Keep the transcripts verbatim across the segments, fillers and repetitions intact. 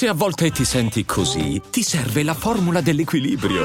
Se a volte ti senti così, ti serve la formula dell'equilibrio.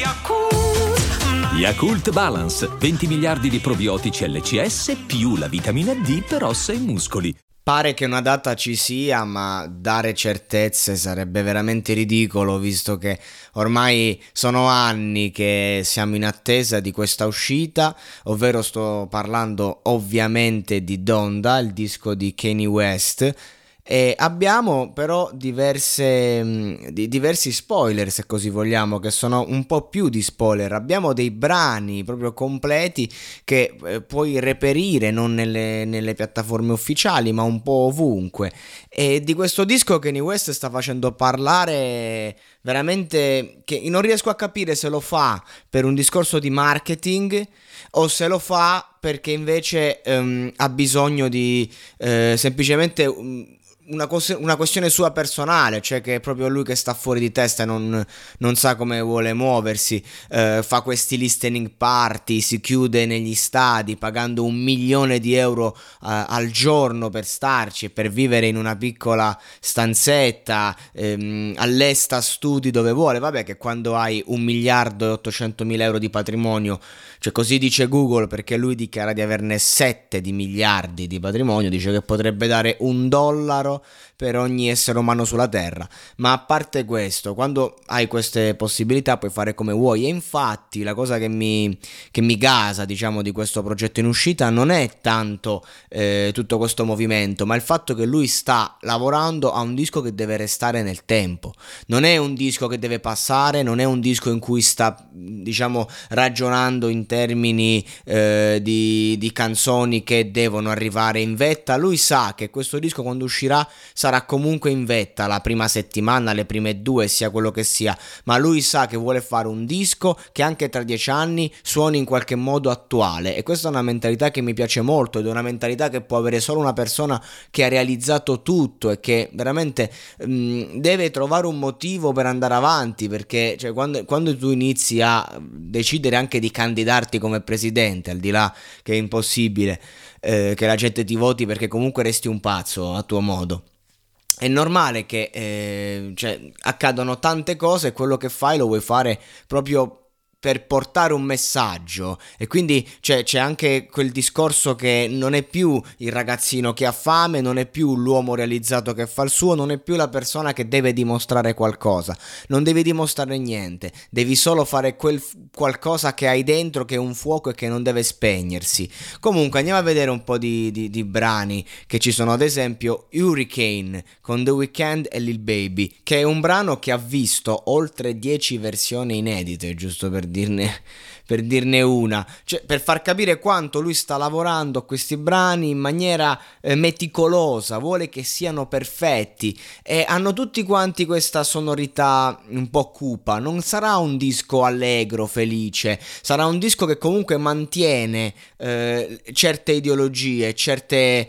Yakult Balance, venti miliardi di probiotici L C S più la vitamina D per ossa e muscoli. Pare che una data ci sia, ma dare certezze sarebbe veramente ridicolo, visto che ormai sono anni che siamo in attesa di questa uscita, ovvero sto parlando ovviamente di Donda, il disco di Kanye West. E abbiamo però diverse, mh, di, diversi spoiler, se così vogliamo, che sono un po' più di spoiler. Abbiamo dei brani proprio completi che eh, puoi reperire non nelle, nelle piattaforme ufficiali, ma un po' ovunque. E di questo disco Kanye West sta facendo parlare veramente, che non riesco a capire se lo fa per un discorso di marketing o se lo fa perché invece ehm, ha bisogno di eh, semplicemente um, una, cos- una questione sua personale, cioè che è proprio lui che sta fuori di testa e non, non sa come vuole muoversi, eh, fa questi listening party, si chiude negli stadi pagando un milione di euro eh, al giorno per starci e per vivere in una piccola stanzetta, ehm, all'esta studi dove vuole. Vabbè, che quando hai un miliardo e ottocentomila euro di patrimonio, cioè così dice Google, perché lui dichiara di averne sette di miliardi di patrimonio, dice che potrebbe dare un dollaro per ogni essere umano sulla terra. Ma a parte questo, quando hai queste possibilità puoi fare come vuoi. E infatti la cosa che mi, che mi gasa, diciamo, di questo progetto in uscita non è tanto eh, tutto questo movimento, ma il fatto che lui sta lavorando a un disco che deve restare nel tempo. Non è un disco che deve passare, non è un disco in cui sta, diciamo, ragionando in termini eh, di, di canzoni che devono arrivare in vetta. Lui sa che questo disco, quando uscirà, sarà comunque in vetta la prima settimana, le prime due, sia quello che sia, ma lui sa che vuole fare un disco che anche tra dieci anni suoni in qualche modo attuale. E questa è una mentalità che mi piace molto, ed è una mentalità che può avere solo una persona che ha realizzato tutto e che veramente mh, deve trovare un motivo per andare avanti, perché cioè, quando, quando tu inizi a decidere anche di candidarti come presidente, al di là che è impossibile eh, che la gente ti voti, perché comunque resti un pazzo a tuo modo, è normale che eh, cioè, accadono tante cose, e quello che fai lo vuoi fare proprio per portare un messaggio. E quindi cioè, c'è anche quel discorso che non è più il ragazzino che ha fame, non è più l'uomo realizzato che fa il suo, non è più la persona che deve dimostrare qualcosa, non devi dimostrare niente, devi solo fare quel f- qualcosa che hai dentro, che è un fuoco e che non deve spegnersi. Comunque andiamo a vedere un po' di, di, di brani che ci sono. Ad esempio Hurricane con The Weeknd e Lil Baby, che è un brano che ha visto oltre dieci versioni inedite, giusto per dirne, per dirne una, cioè per far capire quanto lui sta lavorando a questi brani in maniera eh, meticolosa, vuole che siano perfetti, e hanno tutti quanti questa sonorità un po' cupa. Non sarà un disco allegro, felice, sarà un disco che comunque mantiene eh, certe ideologie, certe,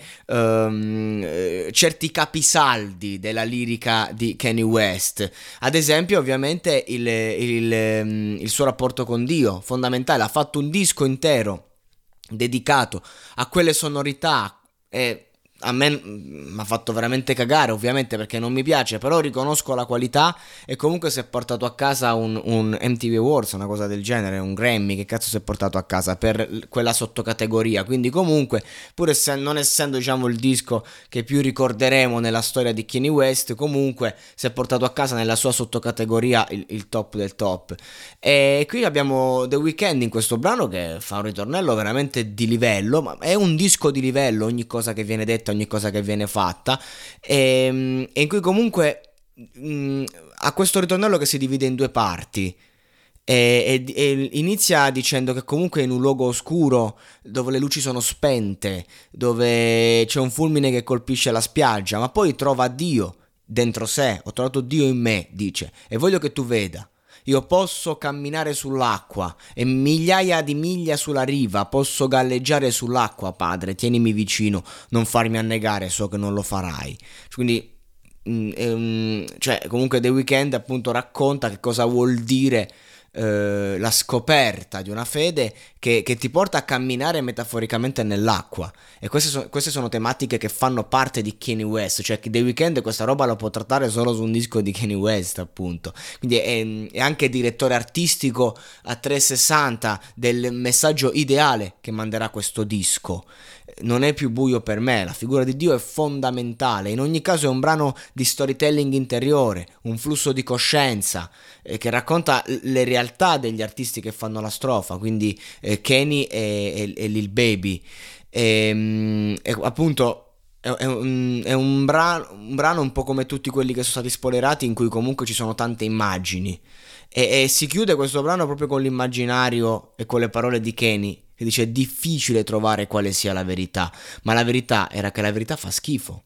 ehm, eh, certi capisaldi della lirica di Kanye West. Ad esempio, ovviamente il, il, il, il suo rapporto con Dio, fondamentale. Ha fatto un disco intero dedicato a quelle sonorità, e a me mi ha fatto veramente cagare, ovviamente, perché non mi piace, però riconosco la qualità. E comunque si è portato a casa un, un M T V Awards, una cosa del genere, un Grammy, che cazzo si è portato a casa per quella sottocategoria. Quindi comunque, pur essendo, non essendo diciamo il disco che più ricorderemo nella storia di Kanye West, comunque si è portato a casa nella sua sottocategoria il, il top del top. E qui abbiamo The Weeknd in questo brano che fa un ritornello veramente di livello, ma è un disco di livello, ogni cosa che viene detta, ogni cosa che viene fatta, e, e in cui comunque mh, ha questo ritornello che si divide in due parti. E, e, e inizia dicendo che comunque è in un luogo oscuro, dove le luci sono spente, dove c'è un fulmine che colpisce la spiaggia, ma poi trova Dio dentro sé. Ho trovato Dio in me, dice, e voglio che tu veda. Io posso camminare sull'acqua e migliaia di miglia sulla riva, posso galleggiare sull'acqua, Padre, tienimi vicino, non farmi annegare, so che non lo farai. Quindi, mm, ehm, cioè, comunque The Weeknd appunto racconta che cosa vuol dire eh, la scoperta di una fede che, che ti porta a camminare metaforicamente nell'acqua. E queste, so, queste sono tematiche che fanno parte di Kanye West, cioè The Weeknd questa roba lo può trattare solo su un disco di Kanye West, appunto. Quindi è, è anche direttore artistico a trecentosessanta del messaggio ideale che manderà questo disco. Non è più buio per me, la figura di Dio è fondamentale, in ogni caso è un brano di storytelling interiore, un flusso di coscienza eh, che racconta le realtà degli artisti che fanno la strofa, quindi eh, Kenny e, e, e Lil Baby. E, e appunto è, è, un, è un, brano, un brano un po' come tutti quelli che sono stati spoilerati, in cui comunque ci sono tante immagini, e, e si chiude questo brano proprio con l'immaginario e con le parole di Kenny che dice: è difficile trovare quale sia la verità, ma la verità era che la verità fa schifo.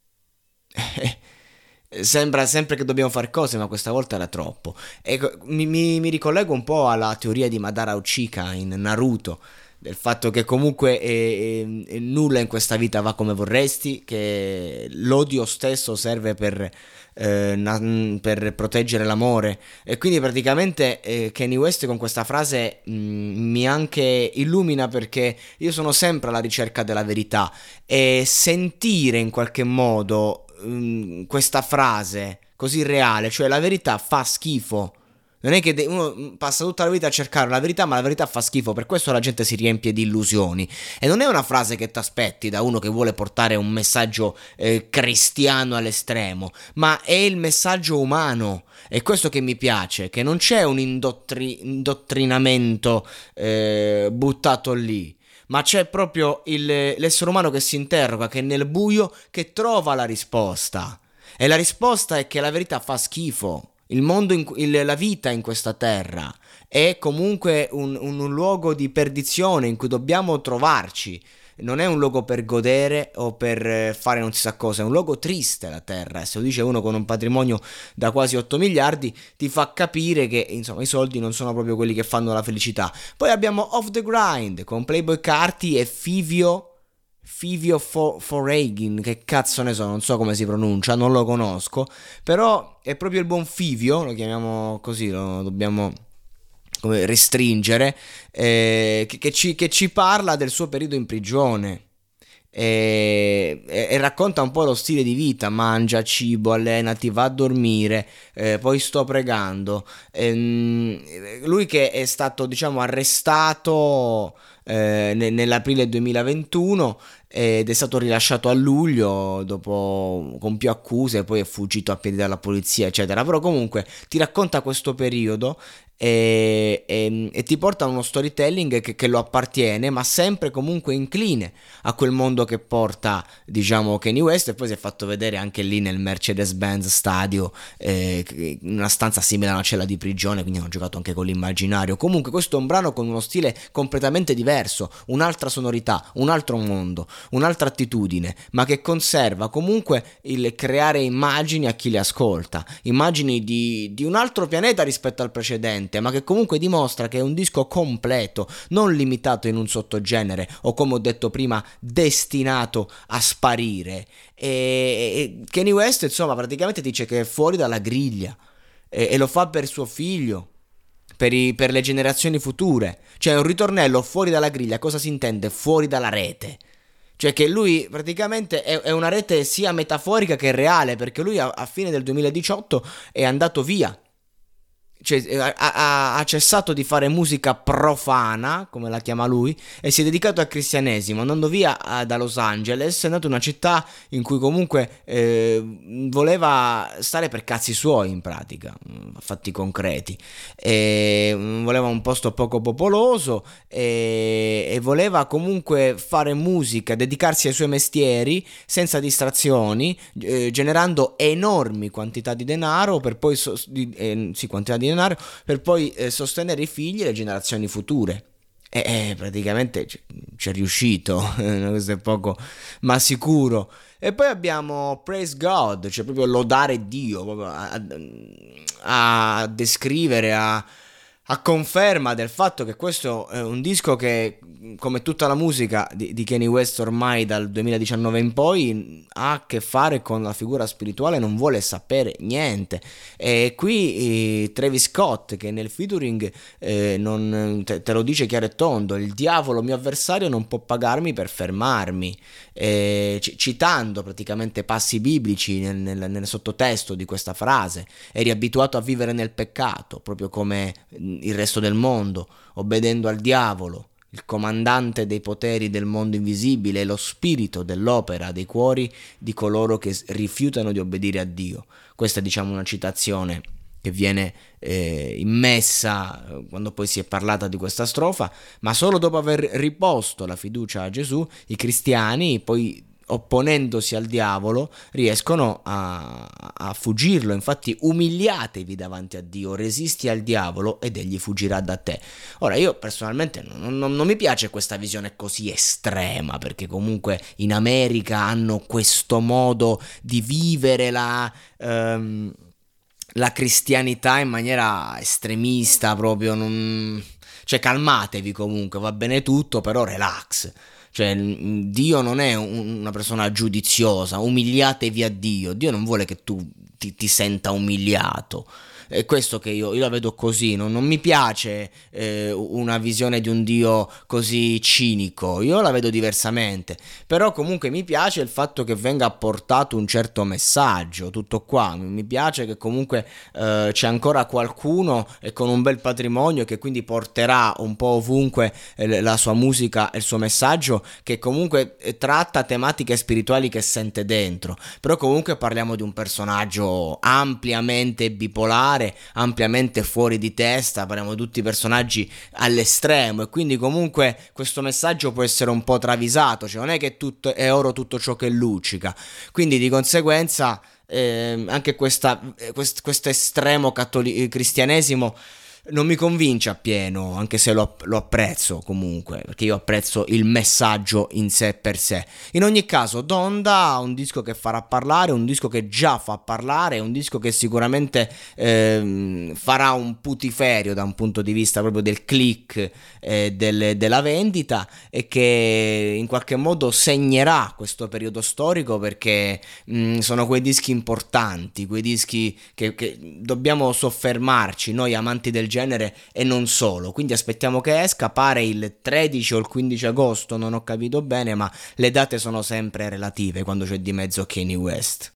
Sembra sempre che dobbiamo fare cose, ma questa volta era troppo. Ecco, mi, mi, mi ricollego un po' alla teoria di Madara Uchiha in Naruto, del fatto che comunque eh, eh, nulla in questa vita va come vorresti, che l'odio stesso serve per, eh, na- per proteggere l'amore. E quindi praticamente eh, Kanye West con questa frase mh, mi anche illumina, perché io sono sempre alla ricerca della verità, e sentire in qualche modo mh, questa frase così reale, cioè la verità fa schifo. Non è che uno passa tutta la vita a cercare la verità, ma la verità fa schifo, per questo la gente si riempie di illusioni. E non è una frase che ti aspetti da uno che vuole portare un messaggio eh, cristiano all'estremo, ma è il messaggio umano. È questo che mi piace, che non c'è un indottri- indottrinamento eh, buttato lì, ma c'è proprio il, l'essere umano che si interroga, che è nel buio, che trova la risposta. E la risposta è che la verità fa schifo. Il mondo, in, il, la vita in questa terra è comunque un, un, un luogo di perdizione in cui dobbiamo trovarci. Non è un luogo per godere o per fare non si sa cosa, è un luogo triste la terra. E se lo dice uno con un patrimonio da quasi otto miliardi, ti fa capire che insomma i soldi non sono proprio quelli che fanno la felicità. Poi abbiamo Off the Grind con Playboi Carti e Fivio. Fivio Fo- Foreign, che cazzo ne so, non so come si pronuncia, non lo conosco, però è proprio il buon Fivio, lo chiamiamo così, lo dobbiamo come restringere, eh, che, che, ci, che ci parla del suo periodo in prigione. E, e, e racconta un po' lo stile di vita: mangia, cibo, allenati, va a dormire, eh, poi sto pregando. E, lui che è stato, diciamo, arrestato eh, ne, nell'aprile duemilaventuno ed è stato rilasciato a luglio dopo, con più accuse, poi è fuggito a piedi dalla polizia eccetera, però comunque ti racconta questo periodo e, e, e ti porta a uno storytelling che, che lo appartiene, ma sempre comunque incline a quel mondo che porta, diciamo, Kanye West. E poi si è fatto vedere anche lì nel Mercedes-Benz Stadio, eh, una stanza simile a una cella di prigione, quindi hanno giocato anche con l'immaginario. Comunque questo è un brano con uno stile completamente diverso, un'altra sonorità, un altro mondo, un'altra attitudine, ma che conserva comunque il creare immagini a chi le ascolta, immagini di, di un altro pianeta rispetto al precedente, ma che comunque dimostra che è un disco completo, non limitato in un sottogenere o, come ho detto prima, destinato a sparire. E, e Kanye West insomma praticamente dice che è fuori dalla griglia, e, e lo fa per suo figlio, per, i, per le generazioni future. Cioè un ritornello fuori dalla griglia, cosa si intende? Fuori dalla rete. Cioè che lui praticamente è, è una rete sia metaforica che reale, perché lui a, a fine del duemiladiciotto è andato via. Cioè, ha, ha, ha cessato di fare musica profana, come la chiama lui, e si è dedicato al cristianesimo, andando via a, da Los Angeles. È andato in una città in cui comunque eh, voleva stare per cazzi suoi, in pratica, fatti concreti, e voleva un posto poco popoloso, e, e voleva comunque fare musica, dedicarsi ai suoi mestieri senza distrazioni, eh, generando enormi quantità di denaro per poi so, di, eh, sì, quantità di denaro per poi eh, sostenere i figli e le generazioni future. E eh, praticamente c- c'è riuscito, questo è poco ma sicuro. E poi abbiamo Praise God, cioè proprio lodare Dio, proprio a, a, a descrivere, a, a conferma del fatto che questo è un disco che, come tutta la musica di, di Kanye West ormai dal duemiladiciannove in poi, ha a che fare con la figura spirituale, non vuole sapere niente. E qui eh, Travis Scott, che nel featuring eh, non, te, te lo dice chiaro e tondo: il diavolo mio avversario non può pagarmi per fermarmi, eh, c- citando praticamente passi biblici nel, nel, nel sottotesto di questa frase. Eri abituato a vivere nel peccato, proprio come il resto del mondo, obbedendo al diavolo, il comandante dei poteri del mondo invisibile e lo spirito dell'opera dei cuori di coloro che rifiutano di obbedire a Dio. Questa è, diciamo, una citazione che viene eh, immessa quando poi si è parlata di questa strofa, ma solo dopo aver riposto la fiducia a Gesù, i cristiani poi, opponendosi al diavolo, riescono a, a fuggirlo. Infatti, umiliatevi davanti a Dio, resisti al diavolo ed egli fuggirà da te. Ora, io personalmente non, non, non mi piace questa visione così estrema, perché comunque in America hanno questo modo di vivere la... Um, la cristianità in maniera estremista, proprio non... cioè, calmatevi, comunque va bene tutto, però relax. Cioè, Dio non è un, una persona giudiziosa, umiliatevi a Dio. Dio non vuole che tu ti, ti senta umiliato. È questo che io, io la vedo così, non, non mi piace eh, una visione di un Dio così cinico, io la vedo diversamente, però comunque mi piace il fatto che venga apportato un certo messaggio, tutto qua. Mi piace che comunque eh, c'è ancora qualcuno e con un bel patrimonio, che quindi porterà un po' ovunque eh, la sua musica e il suo messaggio, che comunque eh, tratta tematiche spirituali che sente dentro, però comunque parliamo di un personaggio ampiamente bipolare, ampiamente fuori di testa, parliamo di tutti personaggi all'estremo, e quindi comunque questo messaggio può essere un po' travisato, cioè non è che tutto è oro tutto ciò che luccica, quindi di conseguenza eh, anche questa, quest, questo estremo cattoli- cristianesimo non mi convince appieno, anche se lo, lo apprezzo comunque, perché io apprezzo il messaggio in sé per sé. In ogni caso, Donda, un disco che farà parlare, un disco che già fa parlare, un disco che sicuramente ehm, farà un putiferio da un punto di vista proprio del click eh, del, della vendita, e che in qualche modo segnerà questo periodo storico, perché mh, sono quei dischi importanti, quei dischi che, che dobbiamo soffermarci noi amanti del genere e non solo. Quindi aspettiamo che esca, pare il tredici o il quindici agosto, non ho capito bene, ma le date sono sempre relative quando c'è di mezzo Kanye West.